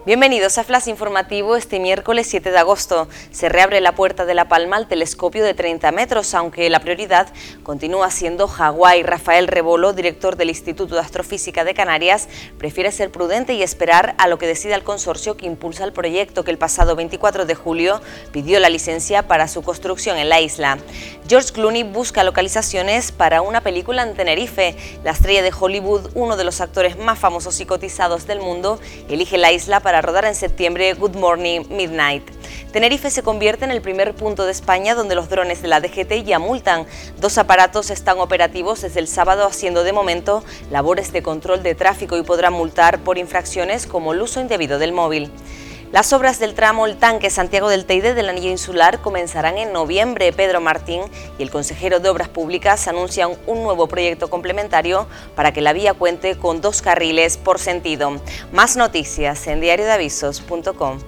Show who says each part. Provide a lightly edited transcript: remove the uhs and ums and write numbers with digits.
Speaker 1: Bienvenidos a Flash Informativo. Este miércoles 7 de agosto se reabre la puerta de La Palma al telescopio de 30 metros, aunque la prioridad continúa siendo Hawái. Rafael Rebolo, director del Instituto de Astrofísica de Canarias, prefiere ser prudente y esperar a lo que decida el consorcio que impulsa el proyecto, que el pasado 24 de julio pidió la licencia para su construcción en la isla. George Clooney busca localizaciones para una película en Tenerife. La estrella de Hollywood, uno de los actores más famosos y cotizados del mundo, elige la isla para rodar en septiembre Good Morning Midnight. Tenerife se convierte en el primer punto de España donde los drones de la DGT ya multan. 2 aparatos están operativos desde el sábado, haciendo de momento labores de control de tráfico, y podrán multar por infracciones como el uso indebido del móvil. Las obras del tramo El Tanque Santiago del Teide del anillo insular comenzarán en noviembre. Pedro Martín y el consejero de Obras Públicas anuncian un nuevo proyecto complementario para que la vía cuente con 2 carriles por sentido. Más noticias en diariodeavisos.com.